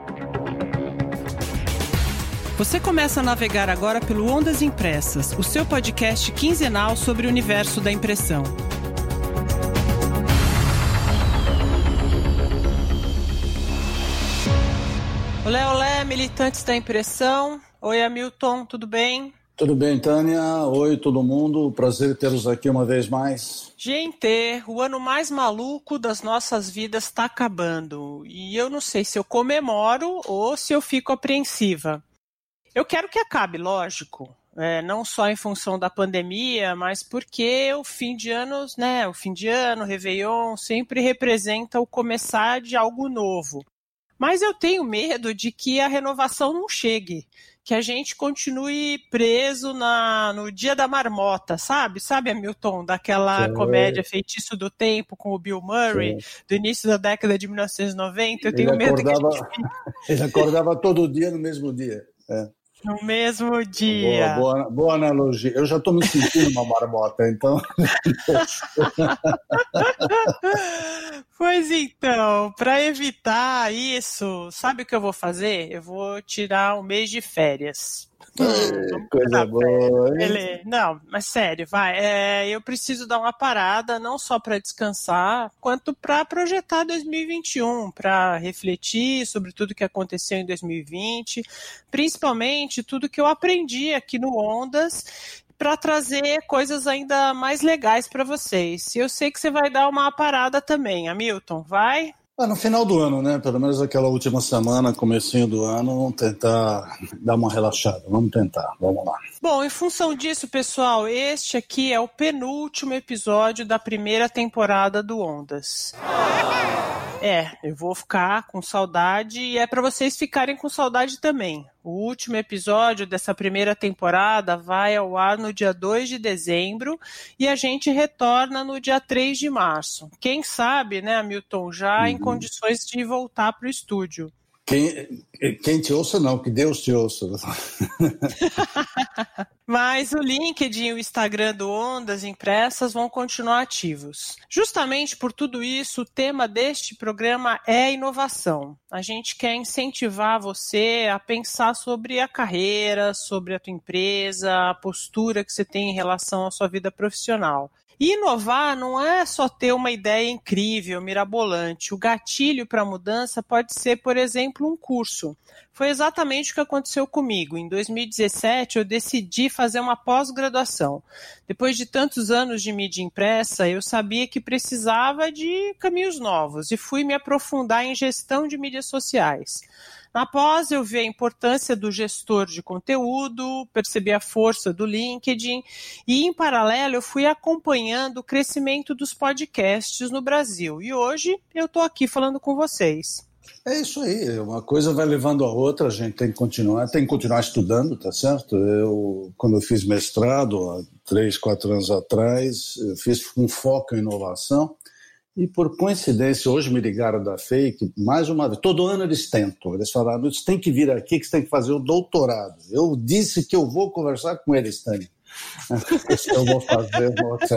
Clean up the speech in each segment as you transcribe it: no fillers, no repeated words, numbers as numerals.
Você começa a navegar agora pelo Ondas Impressas, o seu podcast quinzenal sobre o universo da impressão. Olé, olé, militantes da impressão. Oi, Hamilton, tudo bem? Tudo bem, Tânia? Oi, todo mundo. Prazer tê-los aqui uma vez mais. Gente, o ano mais maluco das nossas vidas está acabando. E eu não sei se eu comemoro ou se eu fico apreensiva. Eu quero que acabe, lógico, não só em função da pandemia, mas porque o fim de ano, Réveillon, sempre representa o começar de algo novo. Mas eu tenho medo de que a renovação não chegue, que a gente continue preso no dia da marmota, sabe? Sabe, Hamilton, daquela comédia Feitiço do Tempo com o Bill Murray, do início da década de 1990? Eu tenho medo que a gente fique... Ele acordava todo dia no mesmo dia, No mesmo dia. Boa analogia. Eu já estou me sentindo uma marmota, então... Pois então, para evitar isso, sabe o que eu vou fazer? Eu vou tirar um mês de férias. Coisa boa, hein? Não, mas sério, vai. Eu preciso dar uma parada, não só para descansar, quanto para projetar 2021, para refletir sobre tudo que aconteceu em 2020, principalmente tudo que eu aprendi aqui no Ondas, para trazer coisas ainda mais legais para vocês. E eu sei que você vai dar uma parada também, Hamilton, vai? No final do ano, né? Pelo menos aquela última semana, comecinho do ano, vamos tentar dar uma relaxada. Vamos tentar, vamos lá. Bom, em função disso, pessoal, este aqui é o penúltimo episódio da primeira temporada do Ondas. Eu vou ficar com saudade e é para vocês ficarem com saudade também. O último episódio dessa primeira temporada vai ao ar no dia 2 de dezembro e a gente retorna no dia 3 de março. Quem sabe, né, Hamilton, já em condições de voltar para o estúdio. Quem te ouça não, que Deus te ouça. Mas o LinkedIn e o Instagram do Ondas Impressas vão continuar ativos. Justamente por tudo isso, o tema deste programa é inovação. A gente quer incentivar você a pensar sobre a carreira, sobre a tua empresa, a postura que você tem em relação à sua vida profissional. E inovar não é só ter uma ideia incrível, mirabolante. O gatilho para a mudança pode ser, por exemplo, um curso. Foi exatamente o que aconteceu comigo. Em 2017, eu decidi fazer uma pós-graduação. Depois de tantos anos de mídia impressa, eu sabia que precisava de caminhos novos e fui me aprofundar em gestão de mídias sociais. Na pós, eu vi a importância do gestor de conteúdo, percebi a força do LinkedIn e, em paralelo, eu fui acompanhando o crescimento dos podcasts no Brasil. E hoje eu estou aqui falando com vocês. É isso aí, uma coisa vai levando a outra, a gente tem que continuar estudando, tá certo? Quando eu fiz mestrado, há 3, 4 anos atrás, eu fiz um foco em inovação. E por coincidência, hoje me ligaram da FEI, mais uma vez, todo ano eles tentam, eles falaram, você tem que vir aqui que você tem que fazer o doutorado. Eu disse que eu vou conversar com eles, Tânia. Eu vou fazer,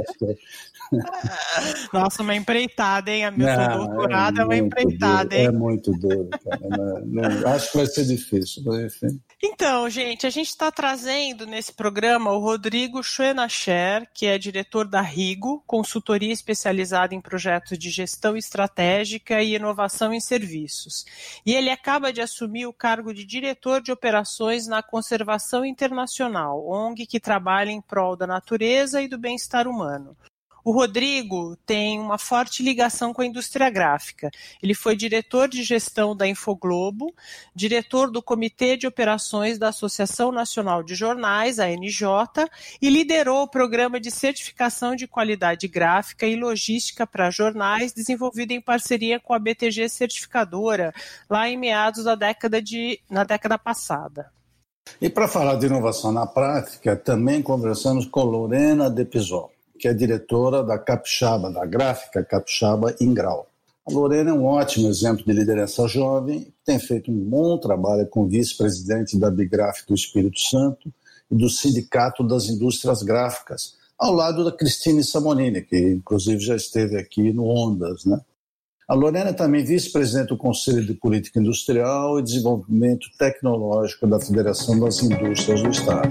Nossa, uma empreitada, hein, Hamilton? Doutorado é uma empreitada, hein? É muito duro, cara. Acho que vai ser difícil, mas enfim. Então, gente, a gente está trazendo nesse programa o Rodrigo Schoenacher, que é diretor da Rigo, consultoria especializada em projetos de gestão estratégica e inovação em serviços. E ele acaba de assumir o cargo de diretor de operações na Conservação Internacional, ONG que trabalha em prol da natureza e do bem-estar humano. O Rodrigo tem uma forte ligação com a indústria gráfica. Ele foi diretor de gestão da Infoglobo, diretor do Comitê de Operações da Associação Nacional de Jornais, a ANJ, e liderou o programa de certificação de qualidade gráfica e logística para jornais, desenvolvido em parceria com a BTG Certificadora, lá em meados da década passada. E para falar de inovação na prática, também conversamos com Lorena De Pisol, que é diretora da Capixaba, da gráfica Capixaba Ingrau. A Lorena é um ótimo exemplo de liderança jovem, tem feito um bom trabalho como vice-presidente da Bigraf do Espírito Santo e do Sindicato das Indústrias Gráficas, ao lado da Cristine Samonini, que inclusive já esteve aqui no Ondas, né? A Lorena é também vice-presidente do Conselho de Política Industrial e Desenvolvimento Tecnológico da Federação das Indústrias do Estado.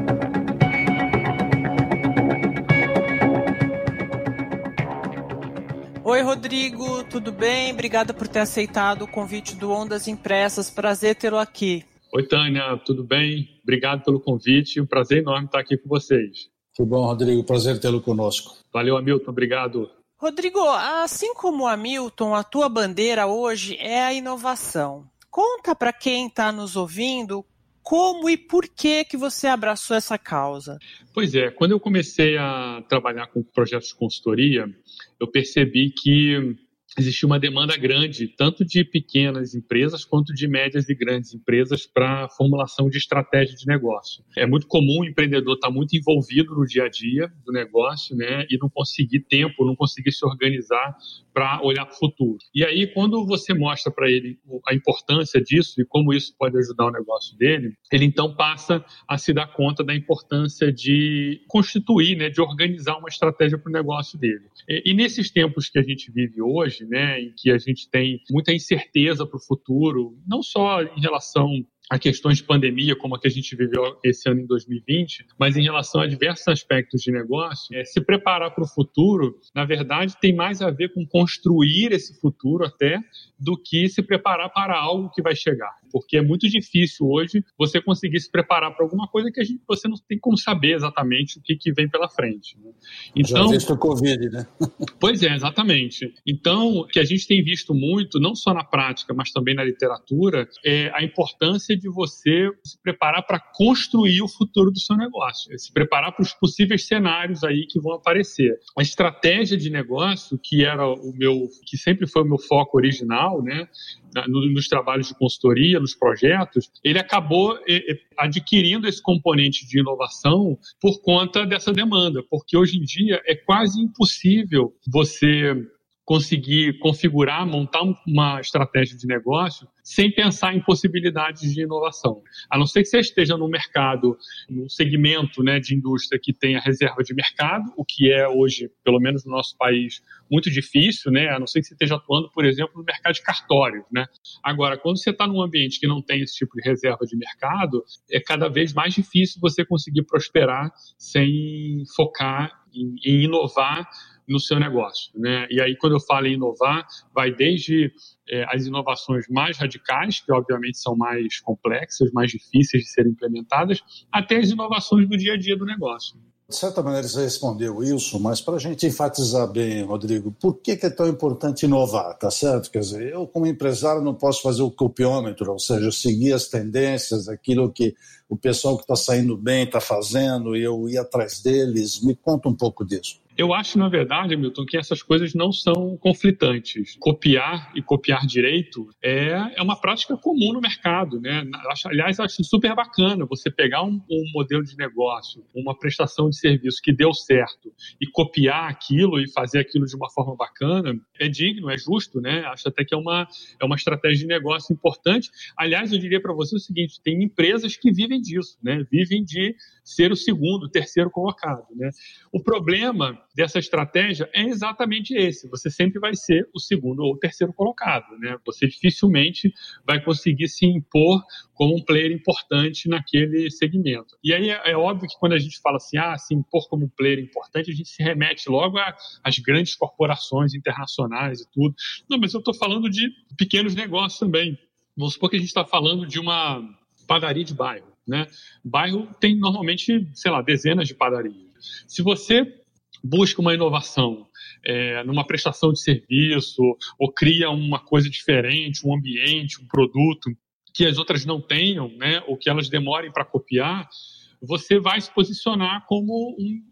Oi, Rodrigo, tudo bem? Obrigada por ter aceitado o convite do Ondas Impressas. Prazer tê-lo aqui. Oi, Tânia, tudo bem? Obrigado pelo convite. Um prazer enorme estar aqui com vocês. Tudo bom, Rodrigo? Prazer tê-lo conosco. Valeu, Hamilton. Obrigado. Rodrigo, assim como o Hamilton, a tua bandeira hoje é a inovação. Conta para quem está nos ouvindo como e por que você abraçou essa causa. Pois é, quando eu comecei a trabalhar com projetos de consultoria, eu percebi que existia uma demanda grande, tanto de pequenas empresas quanto de médias e grandes empresas para a formulação de estratégia de negócio. É muito comum o empreendedor estar muito envolvido no dia a dia do negócio, né, e não conseguir tempo, não conseguir se organizar para olhar para o futuro. E aí, quando você mostra para ele a importância disso e como isso pode ajudar o negócio dele, ele então passa a se dar conta da importância de constituir, né, de organizar uma estratégia para o negócio dele. E nesses tempos que a gente vive hoje, né, em que a gente tem muita incerteza para o futuro, não só em relação a questões de pandemia, como a que a gente viveu esse ano em 2020, mas em relação a diversos aspectos de negócio, se preparar para o futuro, na verdade, tem mais a ver com construir esse futuro até do que se preparar para algo que vai chegar. Porque é muito difícil hoje você conseguir se preparar para alguma coisa que você não tem como saber exatamente o que vem pela frente. Né? Então, já visto o Covid, né? Pois é, exatamente. Então, o que a gente tem visto muito, não só na prática, mas também na literatura, é a importância de você se preparar para construir o futuro do seu negócio, se preparar para os possíveis cenários aí que vão aparecer. A estratégia de negócio, que sempre foi o meu foco original, né, nos trabalhos de consultoria, nos projetos, ele acabou adquirindo esse componente de inovação por conta dessa demanda, porque hoje em dia é quase impossível você conseguir configurar, montar uma estratégia de negócio sem pensar em possibilidades de inovação. A não ser que você esteja no mercado, num segmento, né, de indústria que tenha reserva de mercado, o que é hoje, pelo menos no nosso país, muito difícil, né, a não ser que você esteja atuando, por exemplo, no mercado de cartórios. Né? Agora, quando você está num ambiente que não tem esse tipo de reserva de mercado, é cada vez mais difícil você conseguir prosperar sem focar em inovar no seu negócio, né? E aí, quando eu falo em inovar, vai desde as inovações mais radicais, que obviamente são mais complexas, mais difíceis de serem implementadas, até as inovações do dia a dia do negócio. De certa maneira você respondeu isso, mas para a gente enfatizar bem, Rodrigo, por que é tão importante inovar, tá certo? Quer dizer, eu como empresário não posso fazer o copiômetro, ou seja, seguir as tendências, aquilo que o pessoal que está saindo bem está fazendo e eu ir atrás deles. Me conta um pouco disso. Eu acho, na verdade, Hamilton, que essas coisas não são conflitantes. Copiar e copiar direito é uma prática comum no mercado, né? Aliás, acho super bacana você pegar um modelo de negócio, uma prestação de serviço que deu certo e copiar aquilo e fazer aquilo de uma forma bacana, é digno, é justo, né? Acho até que é uma estratégia de negócio importante. Aliás, eu diria para você o seguinte, tem empresas que vivem disso, né? Vivem de ser o segundo, o terceiro colocado, né? O problema dessa estratégia é exatamente esse. Você sempre vai ser o segundo ou o terceiro colocado, né? Você dificilmente vai conseguir se impor como um player importante naquele segmento. E aí é óbvio que quando a gente fala assim, se impor como um player importante, a gente se remete logo às grandes corporações internacionais e tudo. Não, mas eu estou falando de pequenos negócios também. Vamos supor que a gente está falando de uma padaria de bairro, né? Bairro tem normalmente, dezenas de padarias. Se você busca uma inovação numa prestação de serviço ou cria uma coisa diferente, um ambiente, um produto que as outras não tenham, né, ou que elas demorem para copiar, você vai se posicionar como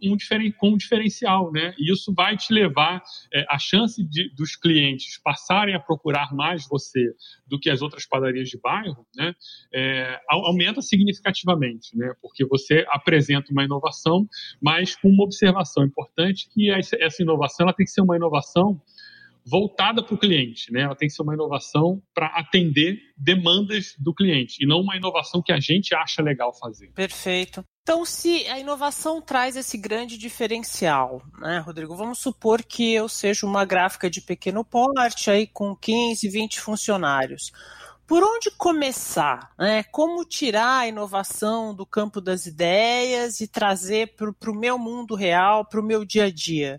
um diferencial, né? E isso vai te levar a chance dos clientes passarem a procurar mais você do que as outras padarias de bairro, né? Aumenta significativamente, né? Porque você apresenta uma inovação, mas com uma observação importante que essa inovação ela tem que ser uma inovação voltada para o cliente, né? Ela tem que ser uma inovação para atender demandas do cliente e não uma inovação que a gente acha legal fazer. Perfeito. Então, se a inovação traz esse grande diferencial, né, Rodrigo? Vamos supor que eu seja uma gráfica de pequeno porte, aí com 15, 20 funcionários. Por onde começar, né? Como tirar a inovação do campo das ideias e trazer para o meu mundo real, para o meu dia a dia?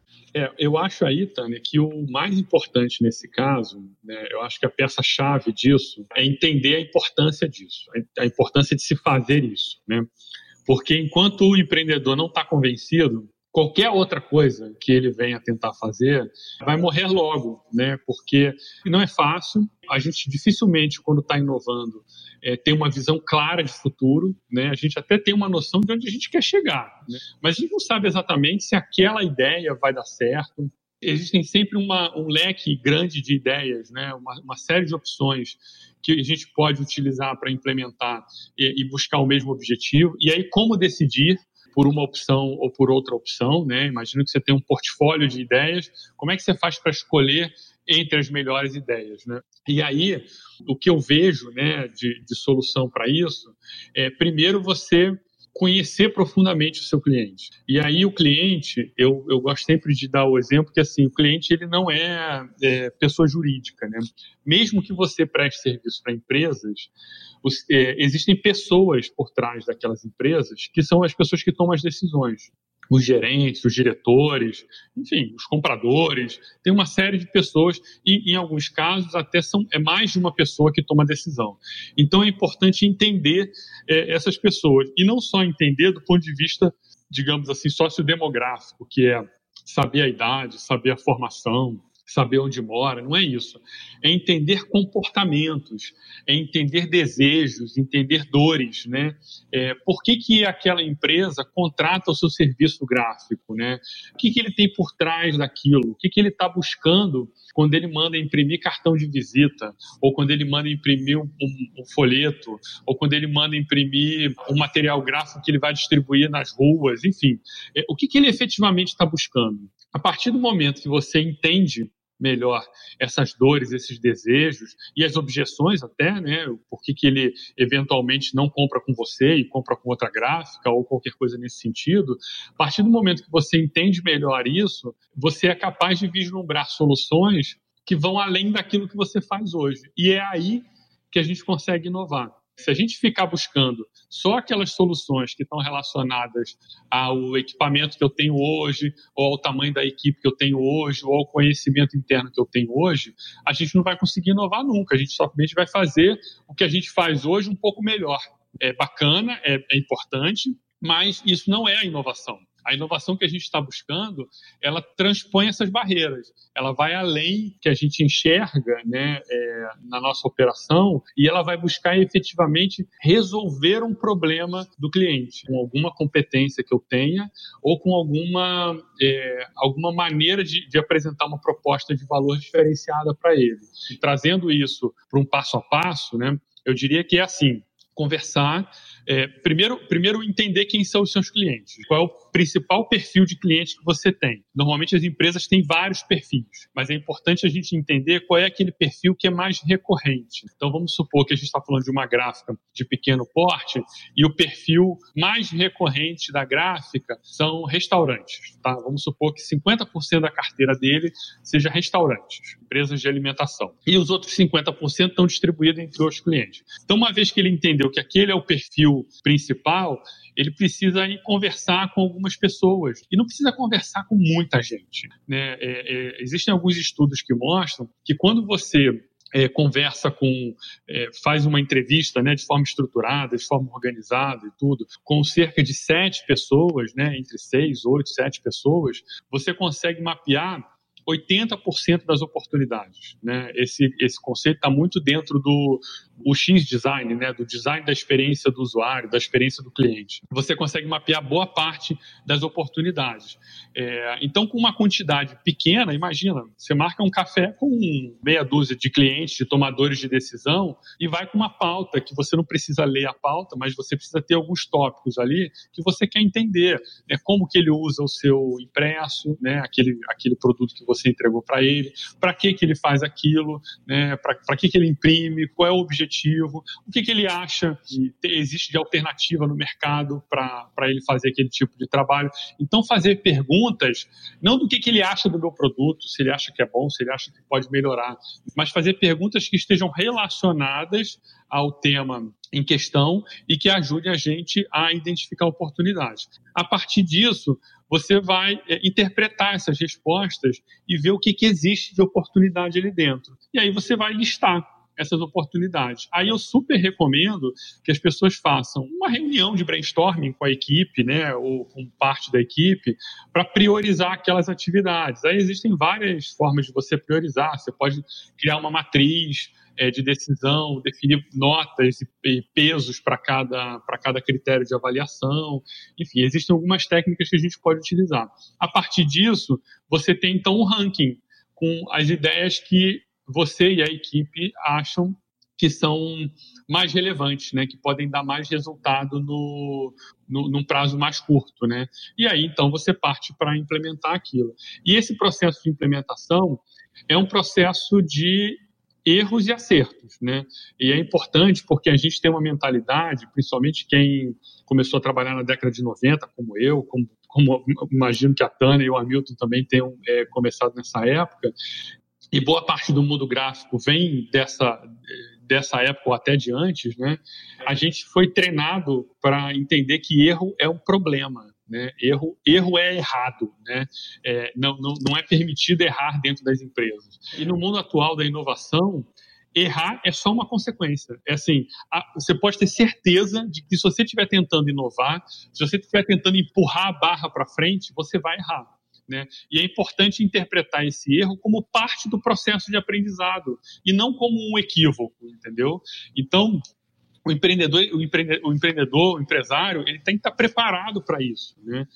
Eu acho aí, Tânia, que o mais importante nesse caso, né, eu acho que a peça-chave disso é entender a importância disso, a importância de se fazer isso, né? Porque enquanto o empreendedor não está convencido, qualquer outra coisa que ele venha tentar fazer vai morrer logo, né? Porque não é fácil. A gente dificilmente, quando está inovando, tem uma visão clara de futuro, né? A gente até tem uma noção de onde a gente quer chegar, né? Mas a gente não sabe exatamente se aquela ideia vai dar certo. Existem sempre um leque grande de ideias, né? Uma série de opções que a gente pode utilizar para implementar e buscar o mesmo objetivo. E aí, como decidir por uma opção ou por outra opção, né? Imagina que você tem um portfólio de ideias, como é que você faz para escolher entre as melhores ideias, né? E aí, o que eu vejo, né, de solução para isso é, primeiro, você conhecer profundamente o seu cliente. E aí o cliente, eu gosto sempre de dar o exemplo que assim, o cliente ele não é pessoa jurídica, né? Mesmo que você preste serviço para empresas, existem pessoas por trás daquelas empresas que são as pessoas que tomam as decisões. Os gerentes, os diretores, enfim, os compradores, tem uma série de pessoas e, em alguns casos, até é mais de uma pessoa que toma a decisão. Então, é importante entender essas pessoas, e não só entender do ponto de vista, digamos assim, sociodemográfico, que é saber a idade, saber a formação, saber onde mora, não é isso. É entender comportamentos, é entender desejos, entender dores, né? Por que aquela empresa contrata o seu serviço gráfico, né? O que ele tem por trás daquilo? O que ele está buscando quando ele manda imprimir cartão de visita, ou quando ele manda imprimir um folheto, ou quando ele manda imprimir um material gráfico que ele vai distribuir nas ruas, enfim. O que ele efetivamente está buscando? A partir do momento que você entende melhor essas dores, esses desejos e as objeções até, né? Por que ele eventualmente não compra com você e compra com outra gráfica ou qualquer coisa nesse sentido. A partir do momento que você entende melhor isso, você é capaz de vislumbrar soluções que vão além daquilo que você faz hoje. E é aí que a gente consegue inovar. Se a gente ficar buscando só aquelas soluções que estão relacionadas ao equipamento que eu tenho hoje, ou ao tamanho da equipe que eu tenho hoje, ou ao conhecimento interno que eu tenho hoje, a gente não vai conseguir inovar nunca. A gente somente vai fazer o que a gente faz hoje um pouco melhor. É bacana, é importante, mas isso não é a inovação. A inovação que a gente está buscando, ela transpõe essas barreiras. Ela vai além que a gente enxerga, né, na nossa operação, e ela vai buscar efetivamente resolver um problema do cliente, com alguma competência que eu tenha ou com alguma maneira de apresentar uma proposta de valor diferenciada para ele. E trazendo isso para um passo a passo, né, eu diria que é assim, conversar, primeiro entender quem são os seus clientes, qual é o principal perfil de cliente que você tem. Normalmente as empresas têm vários perfis, mas é importante a gente entender qual é aquele perfil que é mais recorrente. Então vamos supor que a gente está falando de uma gráfica de pequeno porte e o perfil mais recorrente da gráfica são restaurantes. Tá? Vamos supor que 50% da carteira dele seja restaurantes, empresas de alimentação. E os outros 50% estão distribuídos entre os clientes. Então uma vez que ele entendeu que aquele é o perfil principal, ele precisa ir conversar com algumas pessoas. E não precisa conversar com muita gente, né? Existem alguns estudos que mostram que quando você conversa faz uma entrevista, né, de forma estruturada, de forma organizada e tudo, com cerca de 7 pessoas, né, entre 6, 8, 7 pessoas, você consegue mapear 80% das oportunidades, né? Esse conceito está muito dentro do X-Design, né? Do design da experiência do usuário, da experiência do cliente. Você consegue mapear boa parte das oportunidades. Então, com uma quantidade pequena, imagina, você marca um café com meia dúzia de clientes, de tomadores de decisão, e vai com uma pauta que você não precisa ler a pauta, mas você precisa ter alguns tópicos ali que você quer entender, né? Como que ele usa o seu impresso, né? Aquele produto que você você entregou para ele, para que ele faz aquilo, né? Para que ele imprime, qual é o objetivo, o que ele acha que existe de alternativa no mercado para ele fazer aquele tipo de trabalho. Então, fazer perguntas, não do que ele acha do meu produto, se ele acha que é bom, se ele acha que pode melhorar, mas fazer perguntas que estejam relacionadas ao tema em questão e que ajudem a gente a identificar oportunidades. A partir disso, você vai interpretar essas respostas e ver o que existe de oportunidade ali dentro. E aí você vai listar essas oportunidades. Aí eu super recomendo que as pessoas façam uma reunião de brainstorming com a equipe, né, ou com parte da equipe, para priorizar aquelas atividades. Aí existem várias formas de você priorizar. Você pode criar uma matriz de decisão, definir notas e pesos para cada critério de avaliação. Enfim, existem algumas técnicas que a gente pode utilizar. A partir disso, você tem então um ranking com as ideias que você e a equipe acham que são mais relevantes, né, que podem dar mais resultado num prazo mais curto, né? E aí, então, você parte para implementar aquilo. E esse processo de implementação é um processo de erros e acertos, né? E é importante porque a gente tem uma mentalidade, principalmente quem começou a trabalhar na década de 90, como eu, como imagino que a Tânia e o Hamilton também tenham começado nessa época, e boa parte do mundo gráfico vem dessa época ou até de antes, né? A gente foi treinado para entender que erro é um problema, né? Erro é errado, né? Não é permitido errar dentro das empresas. E no mundo atual da inovação, errar é só uma consequência. É assim, você pode ter certeza de que se você estiver tentando inovar, se você estiver tentando empurrar a barra para frente, você vai errar, né? E é importante interpretar esse erro como parte do processo de aprendizado e não como um equívoco, entendeu? Então, o empresário, ele tem que estar preparado para isso, né?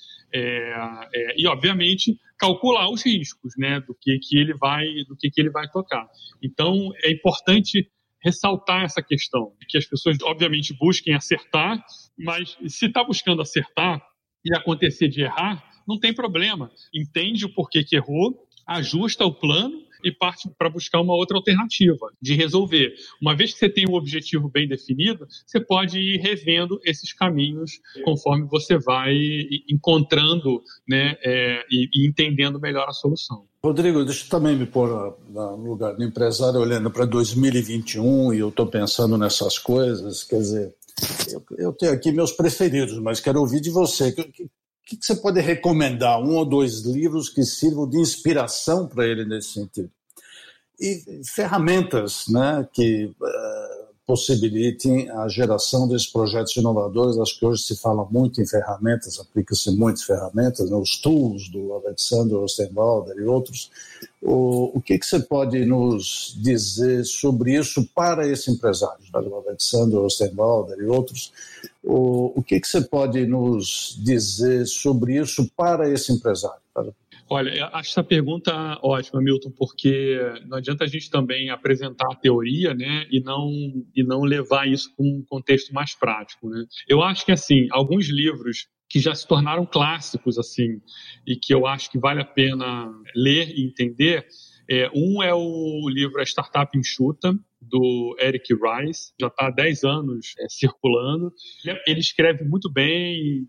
E, obviamente, calcular os riscos, né? Do que ele vai tocar. Então, é importante ressaltar essa questão, que as pessoas, obviamente, busquem acertar, mas se está buscando acertar e acontecer de errar, não tem problema. Entende o porquê que errou, ajusta o plano e parte para buscar uma outra alternativa de resolver. Uma vez que você tem um objetivo bem definido, você pode ir revendo esses caminhos conforme você vai encontrando, né, e entendendo melhor a solução. Rodrigo, deixa eu também me pôr no lugar do empresário, olhando para 2021, e eu estou pensando nessas coisas. Quer dizer, eu tenho aqui meus preferidos, mas quero ouvir de você. O que você pode recomendar? 1 ou 2 livros que sirvam de inspiração para ele nesse sentido? E ferramentas, né, que possibilitem a geração desses projetos inovadores. Acho que hoje se fala muito em ferramentas, aplica-se muitas ferramentas, né, os tools do Alexander Osterwalder e outros. O que você pode nos dizer sobre isso para esse empresário, do Alexander Osterwalder e outros? O que você pode nos dizer sobre isso para esse empresário? Olha, eu acho essa pergunta ótima, Milton, porque não adianta a gente também apresentar a teoria, né, e não levar isso para um contexto mais prático, né? Eu acho que, assim, alguns livros que já se tornaram clássicos, assim, e que eu acho que vale a pena ler e entender, um é o livro A Startup Enxuta, do Eric Rice, já está há 10 anos circulando. Ele escreve muito bem,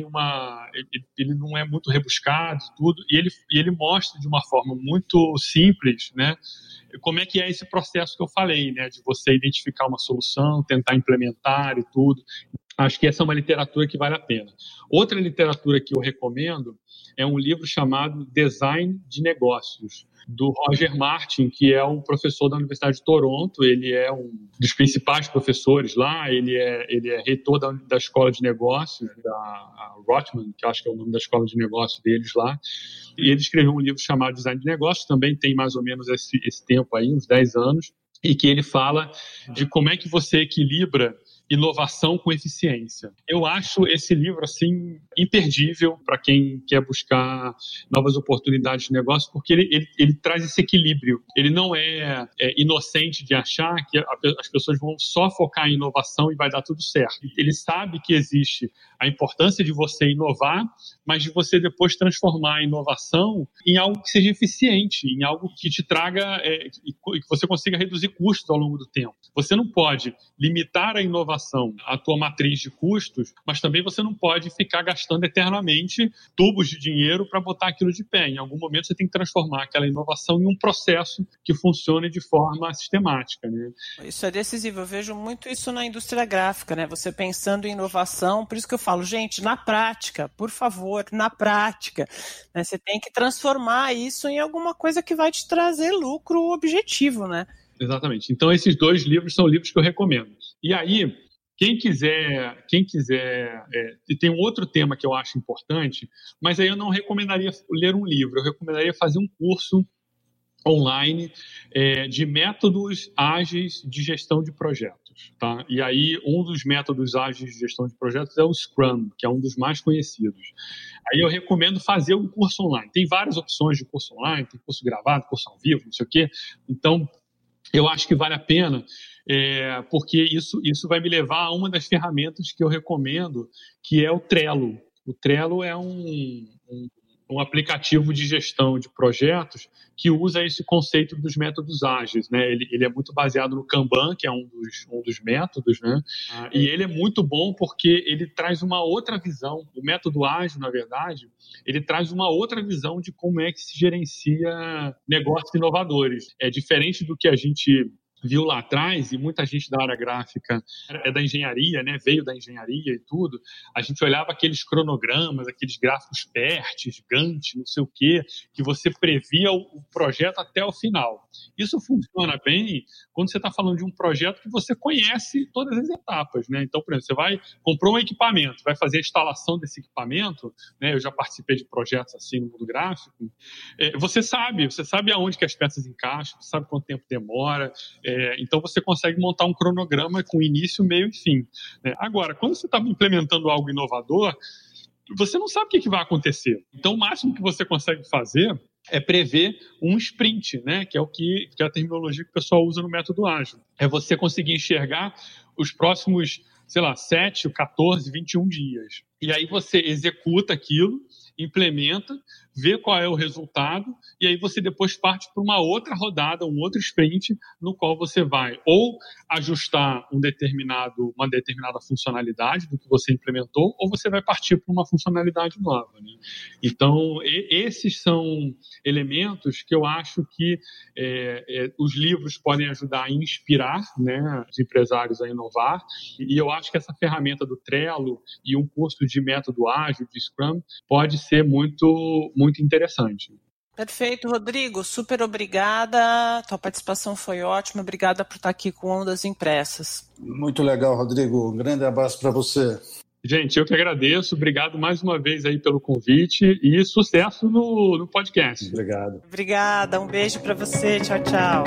ele não é muito rebuscado, tudo, e ele mostra de uma forma muito simples, né, como é que é esse processo que eu falei, né, de você identificar uma solução, tentar implementar e tudo. Acho que essa é uma literatura que vale a pena. Outra literatura que eu recomendo é um livro chamado Design de Negócios, do Roger Martin, que é um professor da Universidade de Toronto. Ele é um dos principais professores lá, ele é reitor da Escola de Negócios, da Rotman, que acho que é o nome da Escola de Negócios deles lá. E ele escreveu um livro chamado Design de Negócios, também tem mais ou menos esse tempo aí, uns 10 anos, e que ele fala de como é que você equilibra Inovação com Eficiência. Eu acho esse livro assim imperdível para quem quer buscar novas oportunidades de negócio, porque ele traz esse equilíbrio. Ele não é inocente de achar que as pessoas vão só focar em inovação e vai dar tudo certo. Ele sabe que existe a importância de você inovar, mas de você depois transformar a inovação em algo que seja eficiente, em algo que te traga, que você consiga reduzir custos ao longo do tempo. Você não pode limitar a inovação à tua matriz de custos, mas também você não pode ficar gastando eternamente tubos de dinheiro para botar aquilo de pé. Em algum momento você tem que transformar aquela inovação em um processo que funcione de forma sistemática, né? Isso é decisivo. Eu vejo muito isso na indústria gráfica, né? Você pensando em inovação, por isso que eu falo, gente, na prática, por favor, na prática, né? Você tem que transformar isso em alguma coisa que vai te trazer lucro objetivo, né? Exatamente. Então, esses 2 livros são livros que eu recomendo. E aí, quem quiser, e tem um outro tema que eu acho importante, mas aí eu não recomendaria ler um livro, eu recomendaria fazer um curso online de métodos ágeis de gestão de projetos. Tá? E aí, um dos métodos ágeis de gestão de projetos é o Scrum, que é um dos mais conhecidos. Aí eu recomendo fazer um curso online. Tem várias opções de curso online, tem curso gravado, curso ao vivo, não sei o quê. Então, eu acho que vale a pena, porque isso vai me levar a uma das ferramentas que eu recomendo, que é o Trello. O Trello é um aplicativo de gestão de projetos que usa esse conceito dos métodos ágeis, né? Ele é muito baseado no Kanban, que é um dos métodos, né? E ele é muito bom porque ele traz uma outra visão. O método ágil, na verdade, ele traz uma outra visão de como é que se gerencia negócios inovadores. É diferente do que a gente viu lá atrás, e muita gente da área gráfica é da engenharia, né? Veio da engenharia e tudo, a gente olhava aqueles cronogramas, aqueles gráficos PERT, Gantt, não sei o quê, que você previa o projeto até o final. Isso funciona bem quando você está falando de um projeto que você conhece todas as etapas, né? Então, por exemplo, você comprou um equipamento, vai fazer a instalação desse equipamento, né? Eu já participei de projetos assim no mundo gráfico. Você sabe aonde que as peças encaixam, você sabe quanto tempo demora. Então você consegue montar um cronograma com início, meio e fim. Agora, quando você está implementando algo inovador, você não sabe o que vai acontecer. Então o máximo que você consegue fazer é prever um sprint, né? Que é a terminologia que o pessoal usa no método ágil. É você conseguir enxergar os próximos, 7, 14, 21 dias. E aí você executa aquilo, implementa, vê qual é o resultado, e aí você depois parte para uma outra rodada, um outro sprint, no qual você vai ou ajustar uma determinada funcionalidade do que você implementou, ou você vai partir para uma funcionalidade nova, né? Então, esses são elementos que eu acho que os livros podem ajudar a inspirar, né, os empresários a inovar, e eu acho que essa ferramenta do Trello e um curso de método ágil, de Scrum, pode ser muito, muito interessante. Perfeito, Rodrigo. Super obrigada. Tua participação foi ótima. Obrigada por estar aqui com Ondas Impressas. Muito legal, Rodrigo. Um grande abraço para você. Gente, eu que agradeço. Obrigado mais uma vez aí pelo convite e sucesso no podcast. Obrigado. Obrigada. Um beijo para você. Tchau, tchau.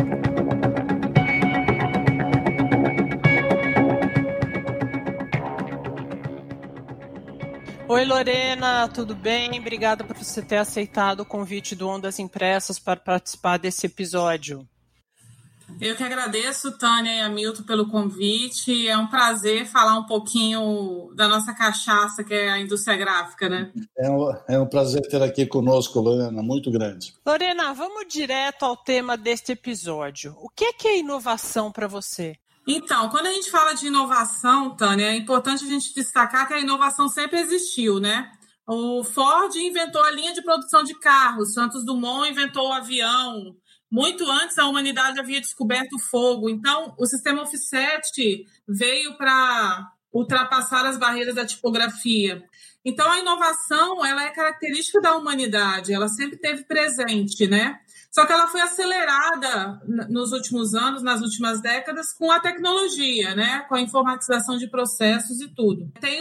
Oi, Lorena, tudo bem? Obrigada por você ter aceitado o convite do Ondas Impressas para participar desse episódio. Eu que agradeço, Tânia e Hamilton, pelo convite. É um prazer falar um pouquinho da nossa cachaça, que é a indústria gráfica, né? É um prazer ter aqui conosco, Lorena, muito grande. Lorena, vamos direto ao tema deste episódio. O que é inovação para você? Então, quando a gente fala de inovação, Tânia, é importante a gente destacar que a inovação sempre existiu, né? O Ford inventou a linha de produção de carros, Santos Dumont inventou o avião. Muito antes, a humanidade havia descoberto o fogo. Então, o sistema offset veio para ultrapassar as barreiras da tipografia. Então, a inovação, ela é característica da humanidade, ela sempre esteve presente, né? Só que ela foi acelerada nos últimos anos, nas últimas décadas, com a tecnologia, né? Com a informatização de processos e tudo. Tem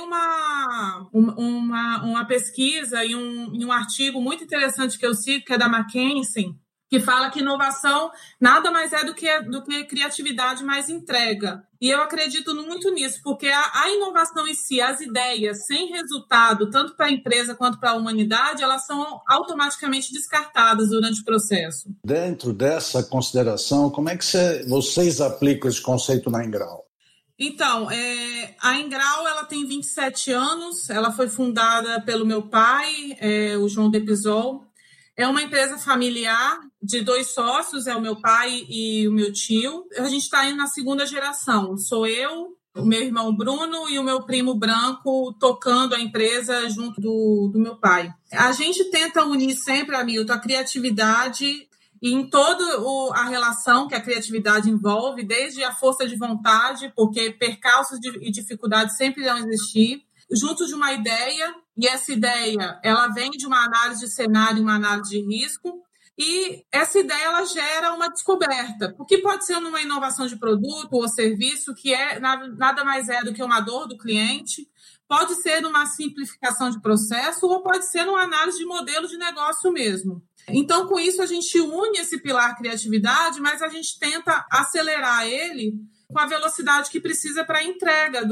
uma pesquisa e um artigo muito interessante que eu cito, que é da McKinsey, que fala que inovação nada mais é do que criatividade mais entrega. E eu acredito muito nisso, porque a inovação em si, as ideias sem resultado, tanto para a empresa quanto para a humanidade, elas são automaticamente descartadas durante o processo. Dentro dessa consideração, como é que vocês aplicam esse conceito na Ingrau? Então, a Ingrau ela tem 27 anos, ela foi fundada pelo meu pai, o João Depisol. É uma empresa familiar de 2 sócios, é o meu pai e o meu tio. A gente está indo na segunda geração. Sou eu, o meu irmão Bruno e o meu primo Branco tocando a empresa junto do meu pai. A gente tenta unir sempre, Hamilton, a criatividade e em toda a relação que a criatividade envolve, desde a força de vontade, porque percalços e dificuldades sempre vão existir, junto de uma ideia, e essa ideia ela vem de uma análise de cenário, uma análise de risco, e essa ideia ela gera uma descoberta, o que pode ser numa inovação de produto ou serviço, que nada mais é do que uma dor do cliente, pode ser numa simplificação de processo ou pode ser numa análise de modelo de negócio mesmo. Então, com isso, a gente une esse pilar criatividade, mas a gente tenta acelerar ele com a velocidade que precisa para a entrega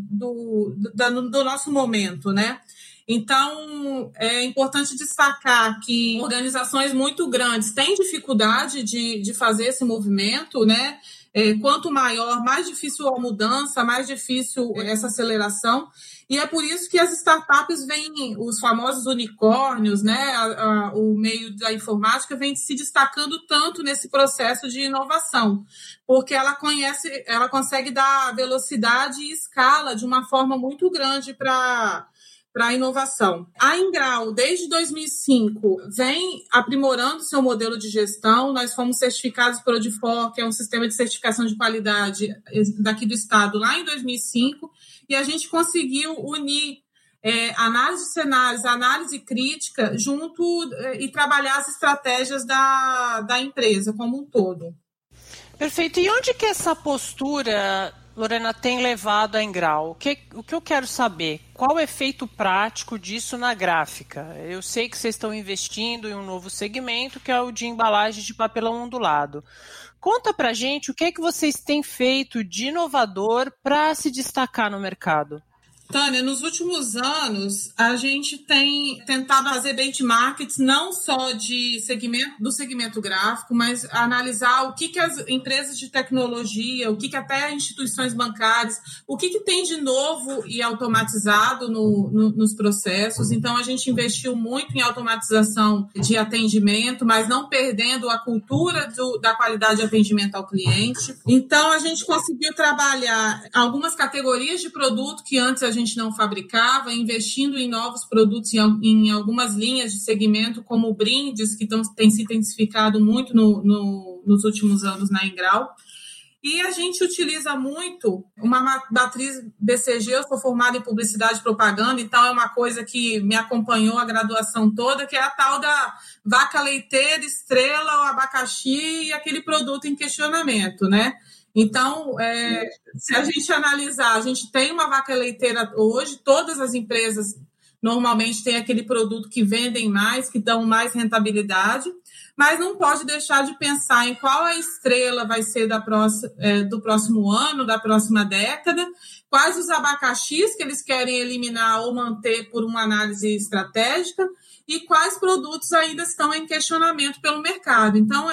do nosso momento, né? Então, é importante destacar que organizações muito grandes têm dificuldade de fazer esse movimento, né? Quanto maior, mais difícil a mudança, mais difícil essa aceleração. E é por isso que as startups vêm, os famosos unicórnios, né? O meio da informática vem se destacando tanto nesse processo de inovação, porque ela consegue dar velocidade e escala de uma forma muito grande para a inovação. A Ingrau, desde 2005, vem aprimorando seu modelo de gestão. Nós fomos certificados pelo Odifor, que é um sistema de certificação de qualidade daqui do estado, lá em 2005, e a gente conseguiu unir análise de cenários, análise crítica, junto e trabalhar as estratégias da empresa como um todo. Perfeito. E onde que essa postura, Lorena, tem levado a Ingrau? O que eu quero saber? Qual o efeito prático disso na gráfica? Eu sei que vocês estão investindo em um novo segmento, que é o de embalagem de papelão ondulado. Conta pra gente o que vocês têm feito de inovador para se destacar no mercado. Tânia, nos últimos anos, a gente tem tentado fazer benchmarks não só do segmento gráfico, mas analisar o que as empresas de tecnologia, o que até instituições bancárias, o que tem de novo e automatizado nos processos. Então, a gente investiu muito em automatização de atendimento, mas não perdendo a cultura da qualidade de atendimento ao cliente. Então, a gente conseguiu trabalhar algumas categorias de produto que antes a gente não fabricava, investindo em novos produtos em algumas linhas de segmento, como brindes, que tem se intensificado muito nos últimos anos na Ingrau. E a gente utiliza muito uma matriz BCG, eu sou formada em publicidade e propaganda, então é uma coisa que me acompanhou a graduação toda, que é a tal da vaca leiteira, estrela, o abacaxi e aquele produto em questionamento, né? Então, se a gente analisar, a gente tem uma vaca leiteira hoje, todas as empresas normalmente têm aquele produto que vendem mais, que dão mais rentabilidade, mas não pode deixar de pensar em qual a estrela vai ser do próximo ano, da próxima década, quais os abacaxis que eles querem eliminar ou manter por uma análise estratégica, e quais produtos ainda estão em questionamento pelo mercado. Então,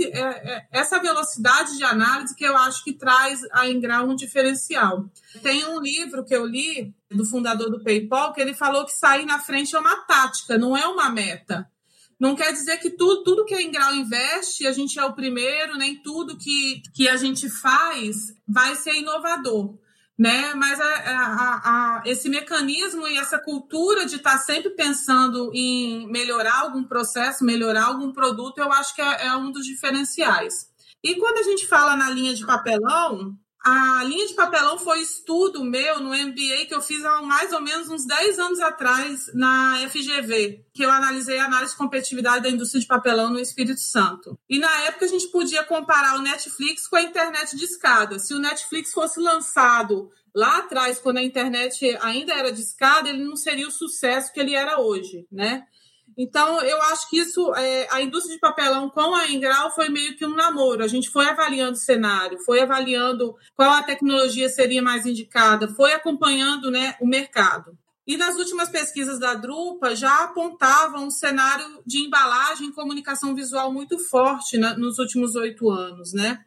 essa velocidade de análise que eu acho que traz a Ingrau um diferencial. Tem um livro que eu li, do fundador do PayPal, que ele falou que sair na frente é uma tática, não é uma meta. Não quer dizer que tudo que a Ingrau investe, a gente é o primeiro, nem tudo que a gente faz vai ser inovador, né? Mas esse mecanismo e essa cultura de estar sempre pensando em melhorar algum processo, melhorar algum produto, eu acho que é um dos diferenciais. E quando a gente fala na linha de papelão, a linha de papelão foi estudo meu no MBA que eu fiz há mais ou menos uns 10 anos atrás na FGV, que eu analisei a análise de competitividade da indústria de papelão no Espírito Santo. E na época a gente podia comparar o Netflix com a internet de escada. Se o Netflix fosse lançado lá atrás, quando a internet ainda era de escada, ele não seria o sucesso que ele era hoje, né? Então, eu acho que isso, a indústria de papelão com a Engral foi meio que um namoro. A gente foi avaliando o cenário, foi avaliando qual a tecnologia seria mais indicada, foi acompanhando, né, o mercado. E nas últimas pesquisas da Drupa já apontavam um cenário de embalagem e comunicação visual muito forte nos últimos 8 anos, né?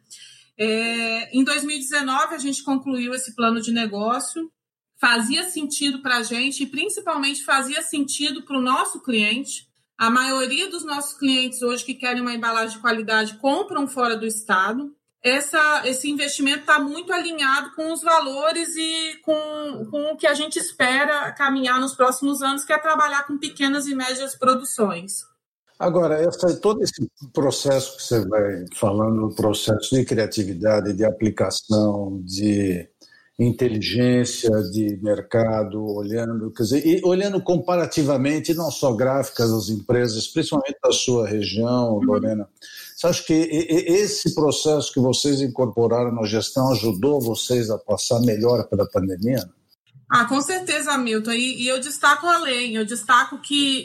Em 2019, a gente concluiu esse plano de negócio. Fazia sentido para a gente e, principalmente, fazia sentido para o nosso cliente. A maioria dos nossos clientes hoje que querem uma embalagem de qualidade compram fora do estado. Esse investimento está muito alinhado com os valores e com o que a gente espera caminhar nos próximos anos, que é trabalhar com pequenas e médias produções. Agora, todo esse processo que você vai falando, o processo de criatividade, de aplicação, de inteligência de mercado, olhando comparativamente, não só gráficas das empresas, principalmente da sua região, Lorena. Você acha que esse processo que vocês incorporaram na gestão ajudou vocês a passar melhor pela pandemia? Com certeza, Milton. E eu destaco além, eu destaco que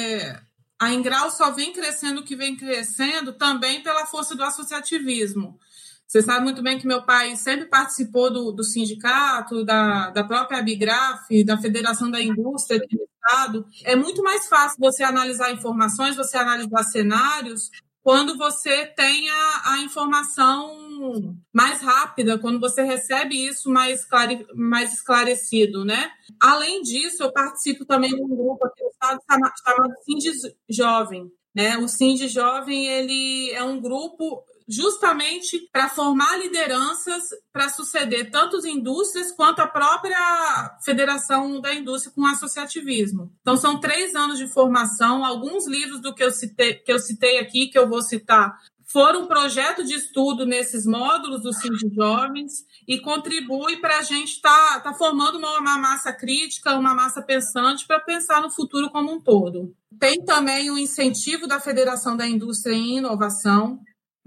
a Engral só vem crescendo o que vem crescendo também pela força do associativismo. Você sabe muito bem que meu pai sempre participou do sindicato, da própria Abigraf, da Federação da Indústria aqui no estado. É muito mais fácil você analisar informações, você analisar cenários, quando você tem a informação mais rápida, quando você recebe isso mais esclarecido, né? Além disso, eu participo também de um grupo aqui no estado chamado Sind Jovem, né? O Sind Jovem, ele é um grupo justamente para formar lideranças para suceder tanto as indústrias quanto a própria Federação da Indústria com associativismo. Então, são 3 anos de formação. Alguns livros do que eu citei aqui, que eu vou citar, foram um projeto de estudo nesses módulos do Sind Jovens e contribui para a gente estar formando uma massa crítica, uma massa pensante para pensar no futuro como um todo. Tem também o incentivo da Federação da Indústria em Inovação.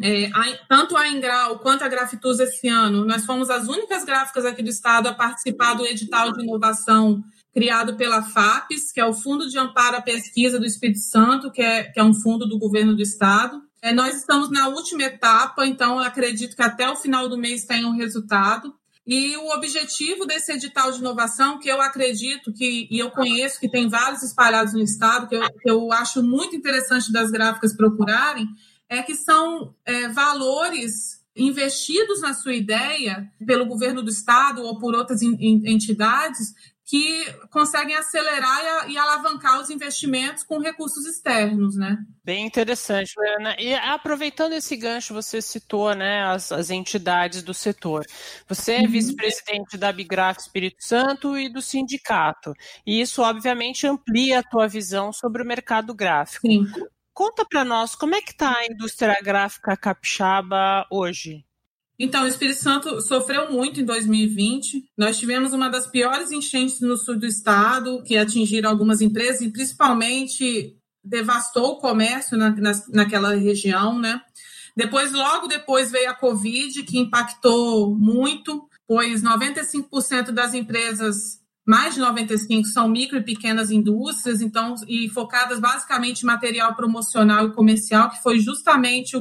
Tanto a Engral quanto a Grafitus esse ano, nós fomos as únicas gráficas aqui do estado a participar do edital de inovação criado pela FAPES, que é o Fundo de Amparo à Pesquisa do Espírito Santo, que é um fundo do governo do estado. Nós estamos na última etapa, então acredito que até o final do mês tenha um resultado. E o objetivo desse edital de inovação, que eu acredito e eu conheço que tem vários espalhados no estado, que eu acho muito interessante das gráficas procurarem, é que são valores investidos na sua ideia pelo governo do estado ou por outras entidades que conseguem acelerar e alavancar os investimentos com recursos externos, né? Bem interessante, Lorena. E aproveitando esse gancho, você citou, né, as entidades do setor. Você é vice-presidente da Abigraf Espírito Santo e do sindicato. E isso, obviamente, amplia a tua visão sobre o mercado gráfico. Sim. Conta para nós, como é que está a indústria gráfica capixaba hoje? Então, o Espírito Santo sofreu muito em 2020. Nós tivemos uma das piores enchentes no sul do estado, que atingiram algumas empresas e principalmente devastou o comércio naquela região, né? Logo depois veio a Covid, que impactou muito, pois 95% das empresas, mais de 95%, são micro e pequenas indústrias, então, e focadas basicamente em material promocional e comercial, que foi justamente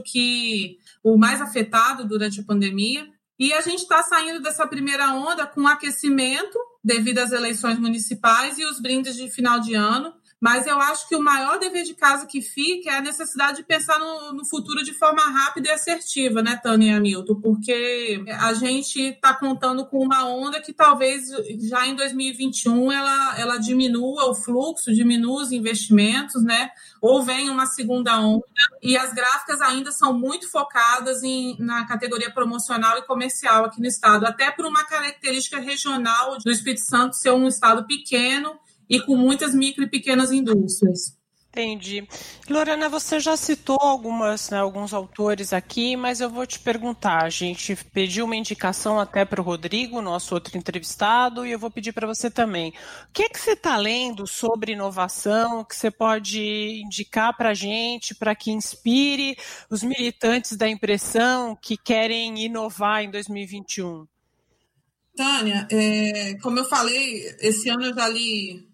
o mais afetado durante a pandemia. E a gente está saindo dessa primeira onda com aquecimento devido às eleições municipais e os brindes de final de ano. Mas eu acho que o maior dever de casa que fica é a necessidade de pensar no futuro de forma rápida e assertiva, né, Tânia e Hamilton? Porque a gente está contando com uma onda que talvez já em 2021 ela diminua o fluxo, diminua os investimentos, né? Ou venha uma segunda onda. E as gráficas ainda são muito focadas na categoria promocional e comercial aqui no estado, até por uma característica regional do Espírito Santo ser um estado pequeno e com muitas micro e pequenas indústrias. Entendi. Lorena, você já citou alguns autores aqui, mas eu vou te perguntar. A gente pediu uma indicação até para o Rodrigo, nosso outro entrevistado, e eu vou pedir para você também. O que é que você está lendo sobre inovação que você pode indicar para a gente, para que inspire os militantes da impressão que querem inovar em 2021? Tânia, como eu falei, esse ano eu já li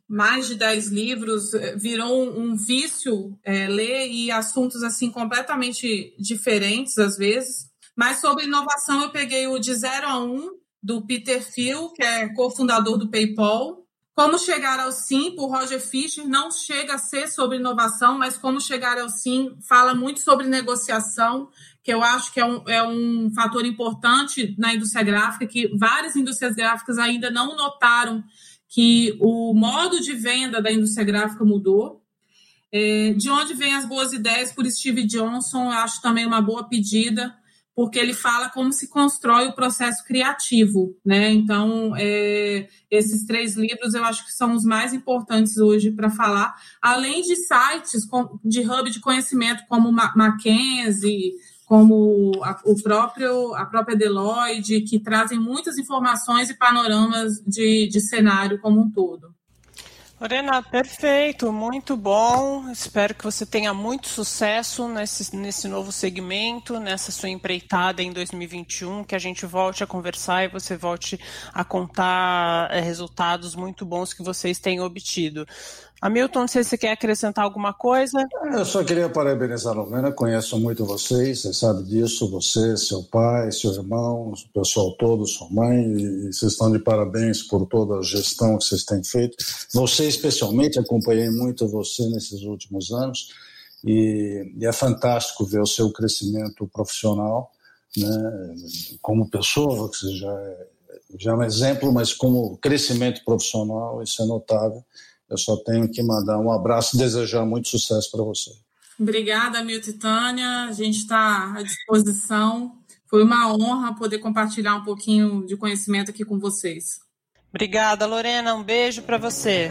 mais de 10 livros, virou um vício ler, e assuntos assim completamente diferentes às vezes. Mas sobre inovação eu peguei o De 0 a 1, do Peter Thiel, que é cofundador do PayPal. Como Chegar ao Sim, por Roger Fisher, não chega a ser sobre inovação, mas Como Chegar ao Sim fala muito sobre negociação, que eu acho que é um fator importante na indústria gráfica, que várias indústrias gráficas ainda não notaram que o modo de venda da indústria gráfica mudou. De Onde Vêm as Boas Ideias, por Steve Johnson, eu acho também uma boa pedida, porque ele fala como se constrói o processo criativo, né? Então, esses 3 livros eu acho que são os mais importantes hoje para falar, além de sites de hub de conhecimento como Mackenzie, como a própria Deloitte, que trazem muitas informações e panoramas de cenário como um todo. Lorena, perfeito, muito bom. Espero que você tenha muito sucesso nesse novo segmento, nessa sua empreitada em 2021, que a gente volte a conversar e você volte a contar resultados muito bons que vocês têm obtido. Hamilton, não sei se você quer acrescentar alguma coisa. Eu só queria parabenizar a Lorena, conheço muito vocês, você sabe disso, você, seu pai, seu irmão, o pessoal todo, sua mãe, e vocês estão de parabéns por toda a gestão que vocês têm feito. Você especialmente, acompanhei muito você nesses últimos anos, e é fantástico ver o seu crescimento profissional, né, como pessoa, que você já é um exemplo, mas como crescimento profissional, isso é notável. Eu só tenho que mandar um abraço e desejar muito sucesso para você. Obrigada, Hamilton e Tânia. A gente está à disposição. Foi uma honra poder compartilhar um pouquinho de conhecimento aqui com vocês. Obrigada, Lorena. Um beijo para você.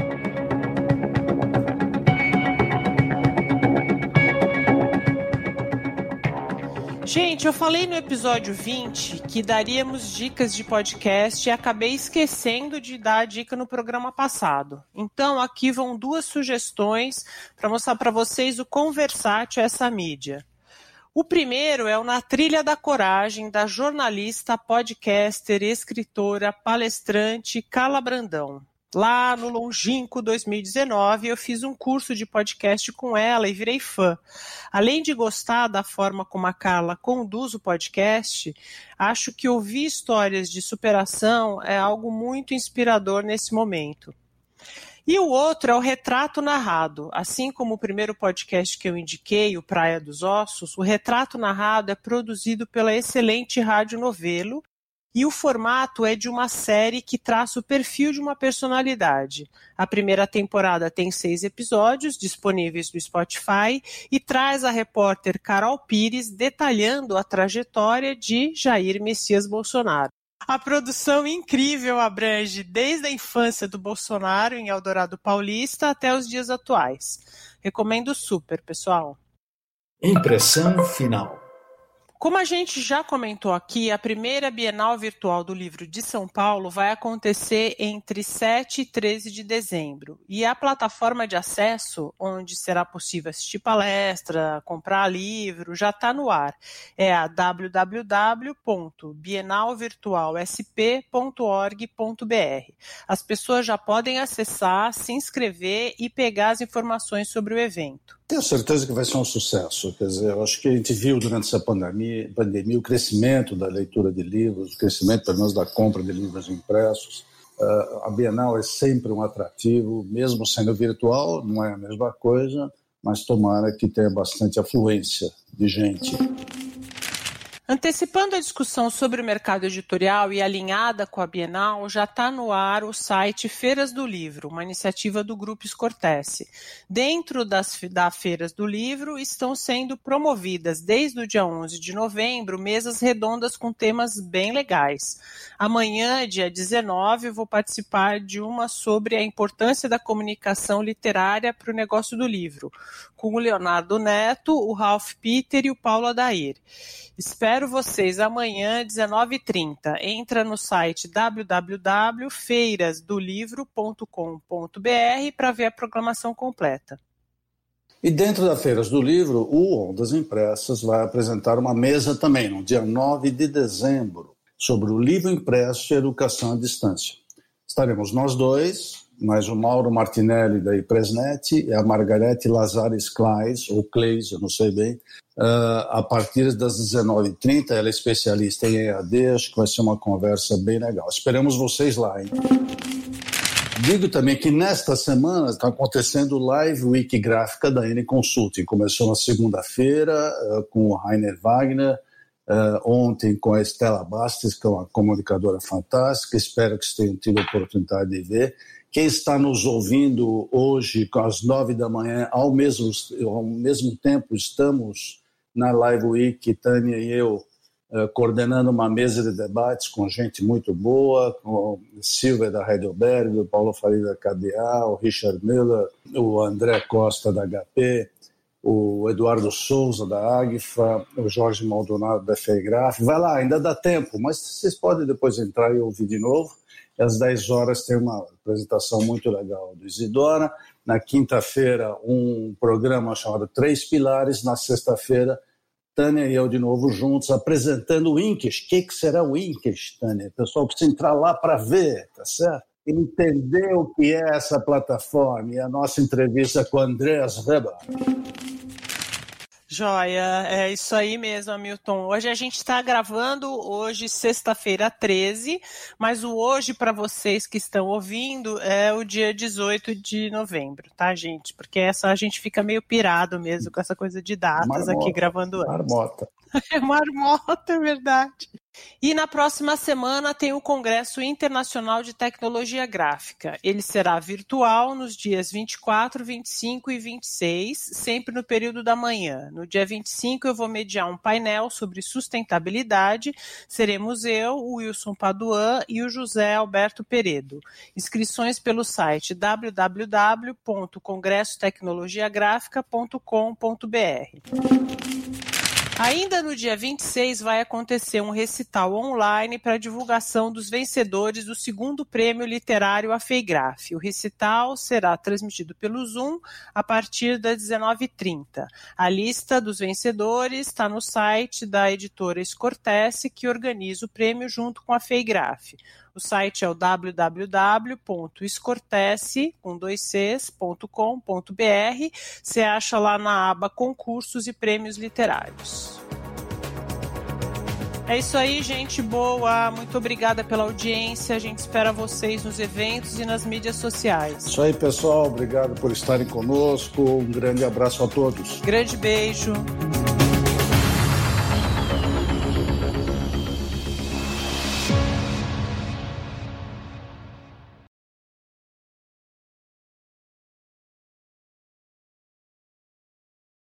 Gente, eu falei no episódio 20 que daríamos dicas de podcast e acabei esquecendo de dar a dica no programa passado. Então, aqui vão 2 sugestões para mostrar para vocês o quão versátil é essa mídia. O primeiro é o Na Trilha da Coragem, da jornalista, podcaster, escritora, palestrante Carla Brandão. Lá no longínquo 2019, eu fiz um curso de podcast com ela e virei fã. Além de gostar da forma como a Carla conduz o podcast, acho que ouvir histórias de superação é algo muito inspirador nesse momento. E o outro é o Retrato Narrado. Assim como o primeiro podcast que eu indiquei, o Praia dos Ossos, o Retrato Narrado é produzido pela excelente Rádio Novelo, e o formato é de uma série que traça o perfil de uma personalidade. A primeira temporada tem 6 episódios disponíveis no Spotify e traz a repórter Carol Pires detalhando a trajetória de Jair Messias Bolsonaro. A produção incrível abrange desde a infância do Bolsonaro em Eldorado Paulista até os dias atuais. Recomendo super, pessoal. Impressão final. Como a gente já comentou aqui, a primeira Bienal Virtual do Livro de São Paulo vai acontecer entre 7 e 13 de dezembro. E a plataforma de acesso, onde será possível assistir palestra, comprar livro, já está no ar. É a www.bienalvirtualsp.org.br. As pessoas já podem acessar, se inscrever e pegar as informações sobre o evento. Tenho certeza que vai ser um sucesso. Quer dizer, eu acho que a gente viu durante essa pandemia o crescimento da leitura de livros, o crescimento, pelo menos, da compra de livros impressos. A Bienal é sempre um atrativo, mesmo sendo virtual, não é a mesma coisa, mas tomara que tenha bastante afluência de gente. Antecipando a discussão sobre o mercado editorial e alinhada com a Bienal, já está no ar o site Feiras do Livro, uma iniciativa do Grupo Scortese. Dentro das Feiras do Livro estão sendo promovidas, desde o dia 11 de novembro, mesas redondas com temas bem legais. Amanhã, dia 19, eu vou participar de uma sobre a importância da comunicação literária para o negócio do livro, com o Leonardo Neto, o Ralph Peter e o Paulo Adair. Espero vocês amanhã, 19h30. Entra no site www.feirasdolivro.com.br para ver a programação completa. E dentro da Feiras do Livro, o Ondas Impressas vai apresentar uma mesa também, no dia 9 de dezembro, sobre o livro impresso e educação à distância. Estaremos nós dois, mais o Mauro Martinelli da Ipresnet e a Margarete Lazares Claes, ou Claes, eu não sei bem, a partir das 19h30. Ela é especialista em EAD, acho que vai ser uma conversa bem legal. Esperamos vocês lá, hein? Digo também que nesta semana está acontecendo o Live Week Gráfica da N Consulting. Começou na segunda-feira com o Rainer Wagner, ontem com a Estela Bastos, que é uma comunicadora fantástica. Espero que vocês tenham tido a oportunidade de ver. Quem está nos ouvindo hoje, às 9 da manhã, ao mesmo tempo, estamos na Live Week, Tânia e eu, coordenando uma mesa de debates com gente muito boa, com Silvia da Heidelberg, o Paulo Faria da KBA, o Richard Miller, o André Costa da HP, o Eduardo Souza da Agfa, o Jorge Maldonado da FEIGRAF. Vai lá, ainda dá tempo, mas vocês podem depois entrar e ouvir de novo. Às 10 horas tem uma apresentação muito legal do Isidora. Na quinta-feira, um programa chamado Três Pilares. Na sexta-feira, Tânia e eu de novo juntos, apresentando o Inques. O que será o Inques, Tânia? O pessoal precisa entrar lá para ver, tá certo? Entender o que é essa plataforma. E a nossa entrevista com o Andreas Weber. Joia, é isso aí mesmo, Hamilton. Hoje a gente está gravando, hoje sexta-feira 13, mas o hoje para vocês que estão ouvindo é o dia 18 de novembro, tá, gente? Porque a gente fica meio pirado mesmo com essa coisa de datas marmota, aqui gravando antes. Marmota. É marmota, é verdade. E na próxima semana tem o Congresso Internacional de Tecnologia Gráfica. Ele será virtual nos dias 24, 25 e 26, sempre no período da manhã. No dia 25 eu vou mediar um painel sobre sustentabilidade. Seremos eu, o Wilson Paduan e o José Alberto Peredo. Inscrições pelo site www.congressotecnologiagrafica.com.br. Ainda no dia 26 vai acontecer um recital online para divulgação dos vencedores do segundo prêmio literário AFEIGRAF. O recital será transmitido pelo Zoom a partir das 19h30. A lista dos vencedores está no site da editora Scortese, que organiza o prêmio junto com a AFEIGRAF. O site é o www.scortese.com.br. Você acha lá na aba Concursos e Prêmios Literários. É isso aí, gente boa. Muito obrigada pela audiência. A gente espera vocês nos eventos e nas mídias sociais. Isso aí, pessoal. Obrigado por estarem conosco. Um grande abraço a todos. Grande beijo.